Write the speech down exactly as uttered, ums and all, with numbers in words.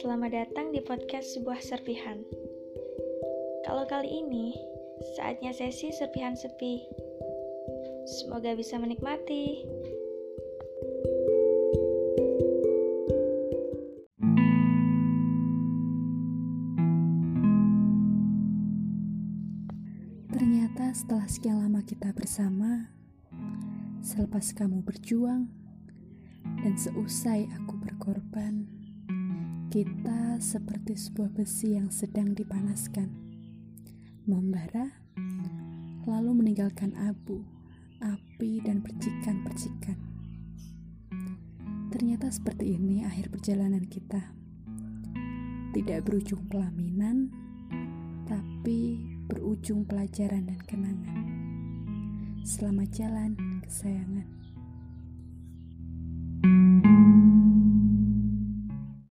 selamat datang di podcast sebuah serpihan. Kalau kali ini, saatnya sesi serpihan sepi. Semoga bisa menikmati. Ternyata setelah sekian lama kita bersama, selepas kamu berjuang, dan seusai aku berkorban, kita seperti sebuah besi yang sedang dipanaskan, membara, lalu meninggalkan abu, api, dan percikan-percikan. Ternyata seperti ini akhir perjalanan kita. Tidak berujung pelaminan, tapi berujung pelajaran dan kenangan. Selamat jalan, kesayangan.